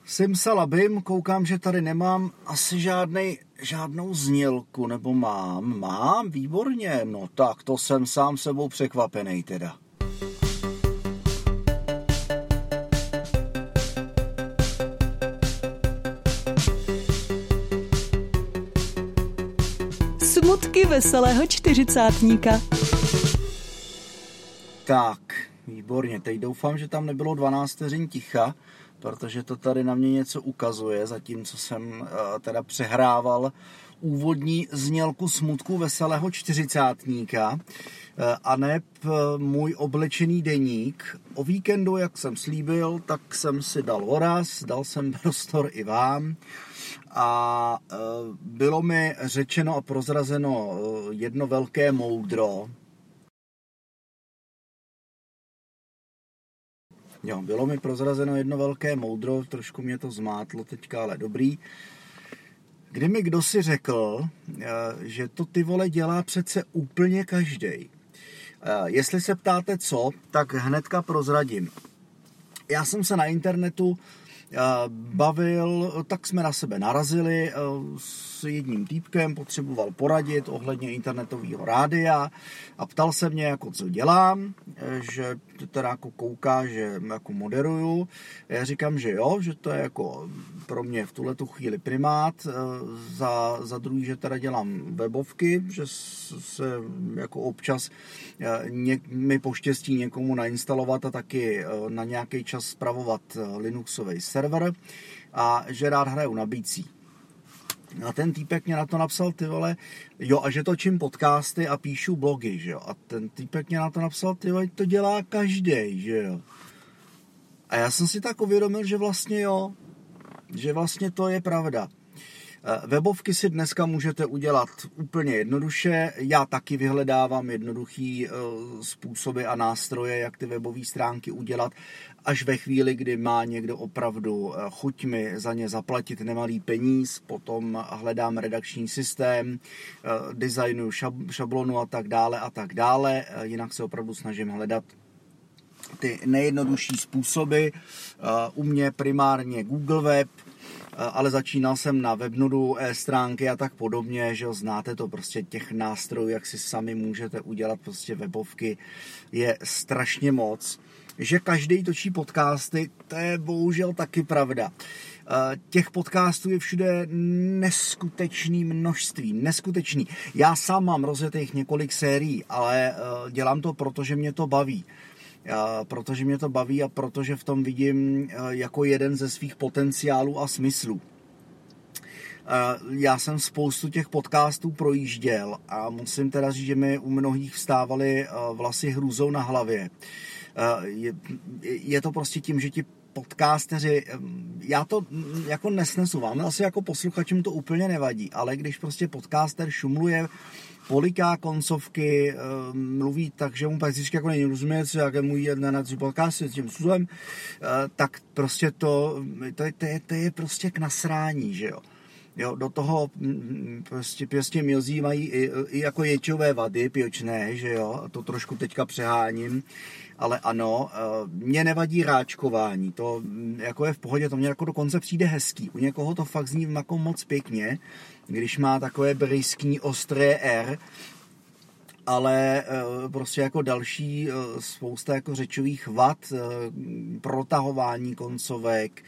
Simsalabim, koukám, že tady nemám asi žádnou znělku, nebo mám, výborně, no tak to jsem sám sebou překvapený teda. Smutky veselého čtyřicátníka. Tak, výborně, teď doufám, že tam nebylo 12 vteřin ticha, protože to tady na mě něco ukazuje, zatímco jsem teda přehrával úvodní znělku Smutku veselého čtyřicátníka a neb můj oblečený deník. O víkendu, jak jsem slíbil, tak jsem si dal voraz, dal jsem prostor i vám a bylo mi řečeno a prozrazeno jedno velké moudro. Jo, bylo mi prozrazeno jedno velké moudro, trošku mě to zmátlo teďka, ale dobrý. Kdy mi kdosi řekl, že to ty vole dělá přece úplně každej. Jestli se ptáte co, tak hnedka prozradím. Já jsem se na internetu bavil, tak jsme na sebe narazili s jedním týpkem, potřeboval poradit ohledně internetového rádia a ptal se mě, jako co dělám, že teda jako kouká, že jako moderuju. Já říkám, že jo, že to je jako pro mě v tuhletu chvíli primát, za druhý, že teda dělám webovky, že se jako občas mi poštěstí někomu nainstalovat a taky na nějaký čas spravovat Linuxový server a že rád hraju na bicí. A ten týpek mě na to napsal, ty vole, jo, a že točím podcasty a píšu blogy, že jo. A ten týpek mě na to napsal, ty vole, to dělá každej, že jo. A já jsem si tak uvědomil, že vlastně jo, že vlastně to je pravda. Webovky si dneska můžete udělat úplně jednoduše. Já taky vyhledávám jednoduchý způsoby a nástroje, jak ty webové stránky udělat. Až ve chvíli, kdy má někdo opravdu chuť mi za ně zaplatit nemalý peníz, potom hledám redakční systém, designuju šablonu a tak dále. Jinak se opravdu snažím hledat ty nejjednodušší způsoby. U mě primárně Google Web, ale začínal jsem na Webnodu, stránky a tak podobně, že znáte to prostě těch nástrojů, jak si sami můžete udělat prostě webovky, je strašně moc. Že každý točí podcasty, to je bohužel taky pravda. Těch podcastů je všude neskutečný množství, neskutečný. Já sám mám rozjetých několik sérií, ale dělám to, protože mě to baví. A protože v tom vidím jako jeden ze svých potenciálů a smyslů. Já jsem spoustu těch podcastů projížděl a musím teda říct, že mi u mnohých vstávaly vlasy hrůzou na hlavě. Je to prostě tím, že ti podcasteři, já to jako nesnesu, vám asi jako posluchačům to úplně nevadí, ale když prostě podcaster šumluje, poliká koncovky, mluví tak, že mu prakticky jako není rozumět, jak je můj na podcasty s tím způsobem, tak prostě to je prostě k nasrání, že jo. Jo, do toho prostě mnozí mají i jako ječové vady piočné, že jo, to trošku teďka přeháním, ale ano, mě nevadí ráčkování, to jako je v pohodě, to mě jako dokonce přijde hezký, u někoho to fakt zní jako moc pěkně, když má takové bryskní ostré R, ale prostě jako další spousta jako řečových vad, protahování koncovek,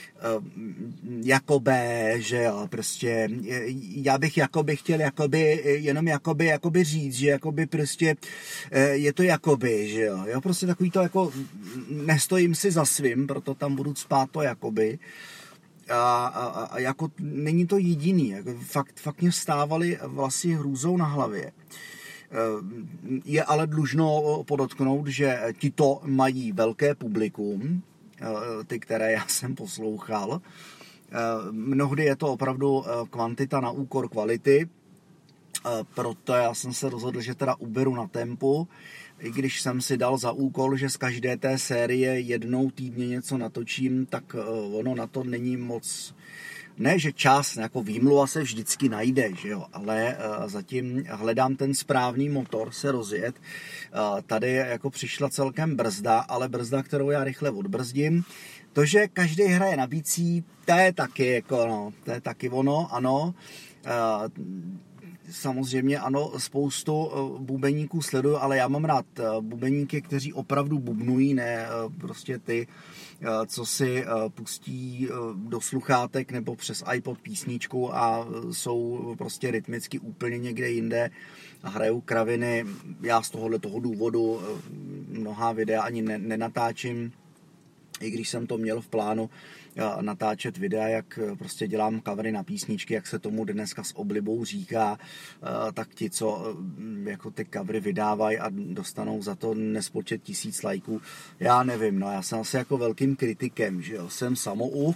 jakoby, že jo, prostě já bych jakoby chtěl jakoby říct, že jakoby prostě je to jakoby, že jo, prostě takový to jako nestojím si za svým, proto tam budu cpát to jakoby a jako není to jediný, jako fakt mě vstávaly vlastně hrůzou na hlavě. Je ale dlužno podotknout, že tito mají velké publikum, ty, které já jsem poslouchal. Mnohdy je to opravdu kvantita na úkor kvality, proto já jsem se rozhodl, že teda uberu na tempu, i když jsem si dal za úkol, že z každé té série jednou týdně něco natočím, tak ono na to není moc Ne, že čas, jako výmluva se vždycky najde, že jo, ale zatím hledám ten správný motor se rozjet. Tady jako přišla celkem brzda, ale brzda, kterou já rychle odbrzdím. To, že každý hraje na bicí, to je taky jako, no, to je taky ono, ano. Samozřejmě ano, spoustu bubeníků sleduju, ale já mám rád bubeníky, kteří opravdu bubnují, ne prostě ty, co si pustí do sluchátek nebo přes iPod písničku a jsou prostě rytmicky úplně někde jinde a hrajou kraviny. Já z toho důvodu mnohá videa ani nenatáčím, i když jsem to měl v plánu natáčet videa, jak prostě dělám covery na písničky, jak se tomu dneska s oblibou říká, tak ti, co jako ty covery vydávají a dostanou za to nespočet 1000 lajků, já nevím, no já jsem asi jako velkým kritikem, že jo, jsem samouk,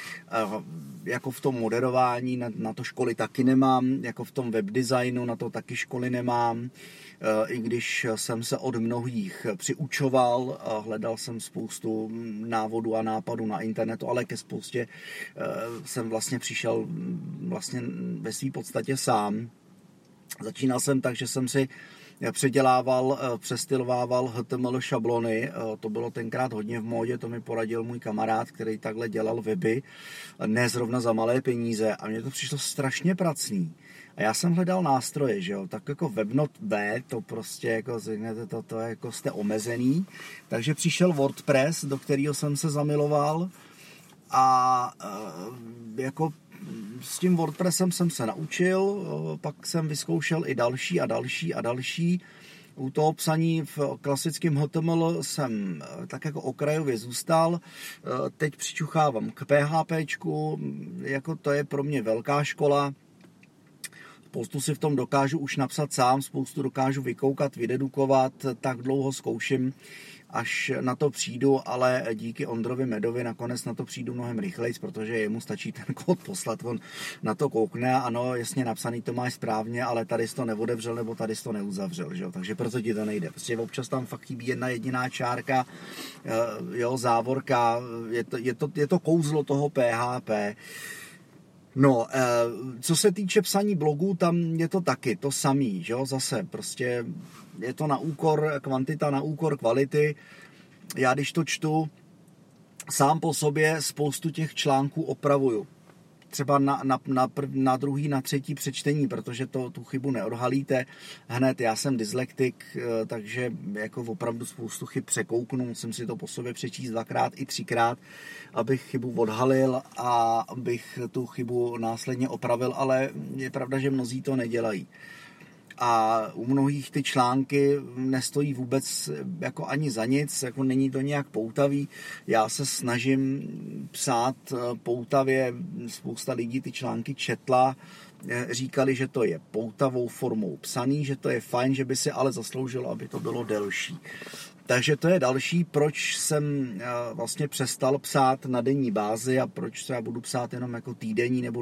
jako v tom moderování, na to školy taky nemám, jako v tom webdesignu, na to taky školy nemám, i když jsem se od mnohých přiučoval, hledal jsem spoustu návodů a nápadů na internetu, ale ke spoustě jsem vlastně přišel vlastně ve své podstatě sám. Začínal jsem tak, že jsem si předělával, přestylovával HTML šablony, to bylo tenkrát hodně v módě, to mi poradil můj kamarád, který takhle dělal weby, ne zrovna za malé peníze a mně to přišlo strašně pracný. A já jsem hledal nástroje, že jo, tak jako Webnode, to prostě jako, to jako jste omezený, takže přišel WordPress, do kterého jsem se zamiloval a jako s tím WordPressem jsem se naučil, pak jsem vyzkoušel i další a další a další. U toho psaní v klasickém HTML jsem tak jako okrajově zůstal. Teď přičuchávám k PHPčku, jako to je pro mě velká škola. Spoustu si v tom dokážu už napsat sám, spoustu dokážu vykoukat, vydedukovat, tak dlouho zkouším, až na to přijdu, ale díky Ondrovi Medovi nakonec na to přijdu mnohem rychleji, protože jemu stačí ten kód poslat, on na to koukne, ano, jasně napsaný to máš správně, ale tady jsi to neodevřel nebo tady jsi to neuzavřel, že jo? Takže proto ti to nejde. Prostě občas tam fakt chybí jedna jediná čárka, jo, závorka, je to kouzlo toho PHP. No, co se týče psaní blogů, tam je to taky to samý, že jo, zase prostě je to na úkor kvantita, na úkor kvality. Já když to čtu, sám po sobě spoustu těch článků opravuju. Třeba na druhý, na třetí přečtení, protože tu chybu neodhalíte hned. Já jsem dyslektik, takže jako opravdu spoustu chyb překouknu, musím si to po sobě přečíst 2x i 3x, abych chybu odhalil a abych tu chybu následně opravil, ale je pravda, že mnozí to nedělají. A u mnohých ty články nestojí vůbec jako ani za nic, jako není to nějak poutavý. Já se snažím psát poutavě, spousta lidí ty články četla, říkali, že to je poutavou formou psaný, že to je fajn, že by si ale zasloužilo, aby to bylo delší. Takže to je další, proč jsem vlastně přestal psát na denní bázi a proč třeba budu psát jenom jako týdenní nebo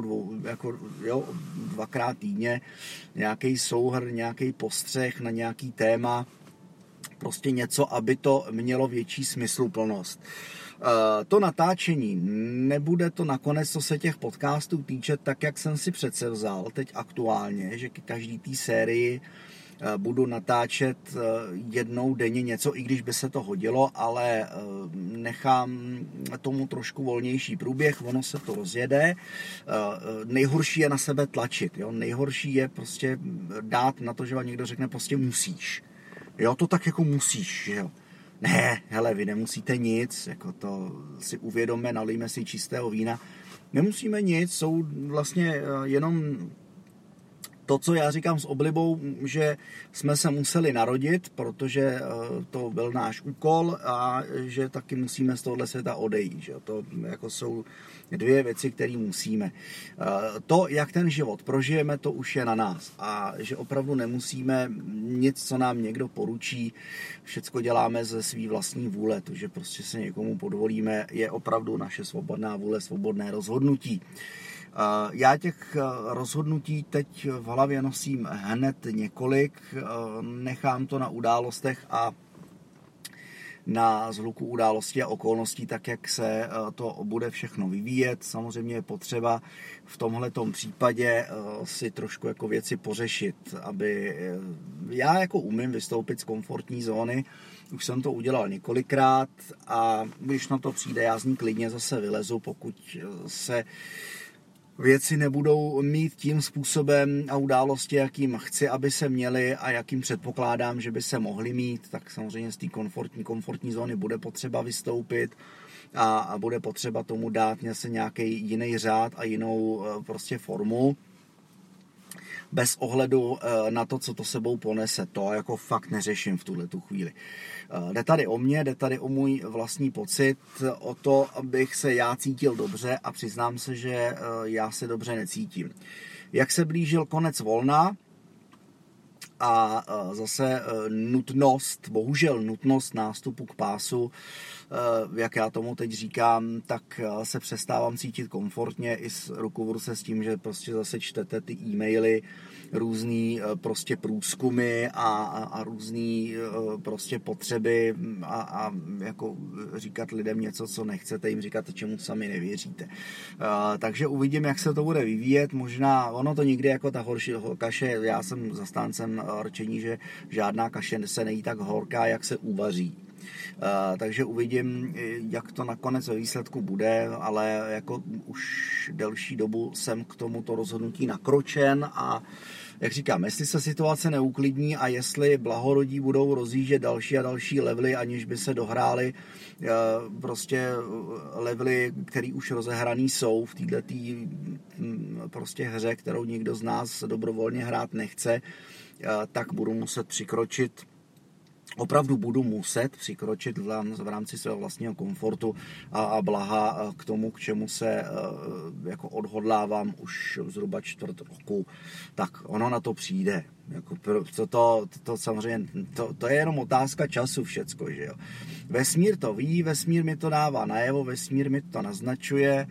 dvakrát týdně nějaký souhrn, nějaký postřeh na nějaký téma, prostě něco, aby to mělo větší smysluplnost. To natáčení nebude to nakonec, co se těch podcastů týče, tak, jak jsem si předsevzal teď aktuálně, že každý té sérii budu natáčet jednou denně něco, i když by se to hodilo, ale nechám tomu trošku volnější průběh, ono se to rozjede. Nejhorší je na sebe tlačit, jo? Nejhorší je prostě dát na to, že vám někdo řekne prostě musíš. Jo, to tak jako musíš, jo. Ne, hele, vy nemusíte nic, jako to si uvědomme, nalijme si čistého vína. Nemusíme nic, jsou vlastně jenom to, co já říkám s oblibou, že jsme se museli narodit, protože to byl náš úkol a že taky musíme z tohohle světa odejít. Že? To jako jsou dvě věci, které musíme. To, jak ten život prožijeme, to už je na nás. A že opravdu nemusíme nic, co nám někdo poručí, všecko děláme ze svý vlastní vůle. To, že prostě se někomu podvolíme, je opravdu naše svobodná vůle, svobodné rozhodnutí. Já těch rozhodnutí teď v hlavě nosím hned několik, nechám to na událostech a na zhluku událostí a okolností, tak jak se to bude všechno vyvíjet. Samozřejmě je potřeba v tomhletom případě si trošku jako věci pořešit, aby já jako umím vystoupit z komfortní zóny, už jsem to udělal několikrát a když na to přijde, já z ní klidně zase vylezu, pokud se věci nebudou mít tím způsobem a události, jakým chci, aby se měly a jakým předpokládám, že by se mohly mít, tak samozřejmě z té komfortní zóny bude potřeba vystoupit a bude potřeba tomu dát nějaký jiný řád a jinou prostě formu. Bez ohledu na to, co to sebou ponese. To jako fakt neřeším v tuhletu chvíli. Jde tady o mě, jde tady o můj vlastní pocit, o to, abych se já cítil dobře a přiznám se, že já se dobře necítím. Jak se blížil konec volna a zase bohužel nutnost nástupu k pásu, jak já tomu teď říkám, tak se přestávám cítit komfortně i s ruku v ruce s tím, že prostě zase čtete ty e-maily, různý prostě průzkumy a různý prostě potřeby a jako říkat lidem něco, co nechcete jim říkat, čemu sami nevěříte. Takže uvidím, jak se to bude vyvíjet. Možná ono to někdy jako ta horší kaše, já jsem zastáncem rčení, že žádná kaše se nejí tak horká, jak se uvaří. Takže uvidím, jak to nakonec ve výsledku bude, ale jako už delší dobu jsem k tomuto rozhodnutí nakročen a jak říkám, jestli se situace neuklidní a jestli blahorodí budou rozjíždět další a další levely, aniž by se dohrály prostě levely, které už rozehraný jsou v této prostě hře, kterou nikdo z nás dobrovolně hrát nechce, tak budu muset přikročit v rámci svého vlastního komfortu a blaha k tomu, k čemu se jako odhodlávám už zhruba 4 roku, tak ono na to přijde. Jako to samozřejmě, to je jenom otázka času všecko, že jo. Vesmír to ví, vesmír mi to dává najevo, vesmír mi to naznačuje,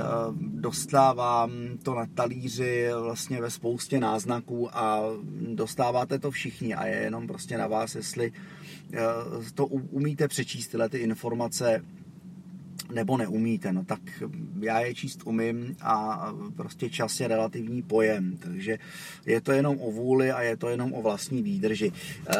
dostávám to na talíři vlastně ve spoustě náznaků a dostáváte to všichni a je jenom prostě na vás, jestli to umíte přečíst tyhle ty informace nebo neumíte, no tak já je číst umím a prostě čas je relativní pojem, takže je to jenom o vůli a je to jenom o vlastní výdrži.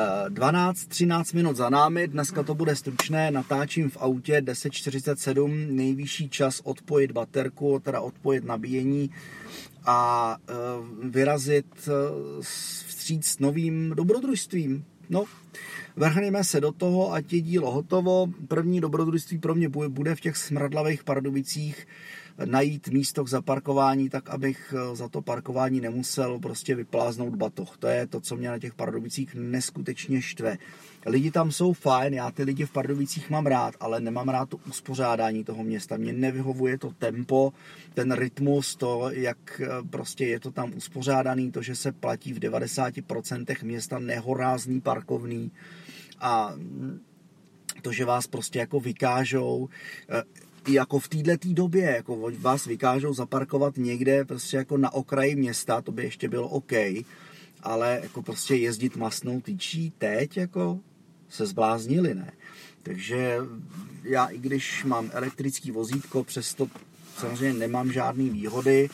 12-13 minut za námi, dneska to bude stručné, natáčím v autě 10:47, nejvyšší čas odpojit baterku, teda odpojit nabíjení a vyrazit vstříc novým dobrodružstvím. No, vrhneme se do toho, ať je dílo hotovo. První dobrodružství pro mě bude v těch smradlavých Pardubicích najít místo k zaparkování, tak abych za to parkování nemusel prostě vypláznout batoh. To je to, co mě na těch Pardubicích neskutečně štve. Lidi tam jsou fajn, já ty lidi v Pardubicích mám rád, ale nemám rád to uspořádání toho města. Mně nevyhovuje to tempo, ten rytmus, to, jak prostě je to tam uspořádaný, to, že se platí v 90% města nehorázný parkovný a to, že vás prostě jako vykážou jako v této době, jako vás vykážou zaparkovat někde prostě jako na okraji města, to by ještě bylo OK, ale jako prostě jezdit masnou tyčí teď jako se zbláznili, ne? Takže já i když mám elektrický vozítko, přesto samozřejmě nemám žádný výhody,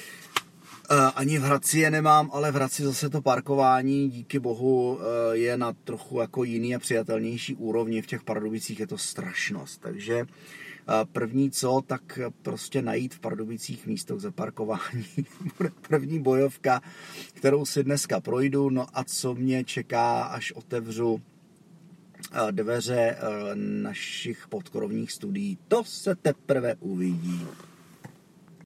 ani v Hradci je nemám, ale v Hradci zase to parkování díky bohu je na trochu jako jiný a přijatelnější úrovni, v těch Pardubicích je to strašnost, takže první co, tak prostě najít v Pardubicích místo k zaparkování. Bude první bojovka, kterou si dneska projdu, no a co mě čeká, až otevřu dveře našich podkorovních studií, to se teprve uvidí.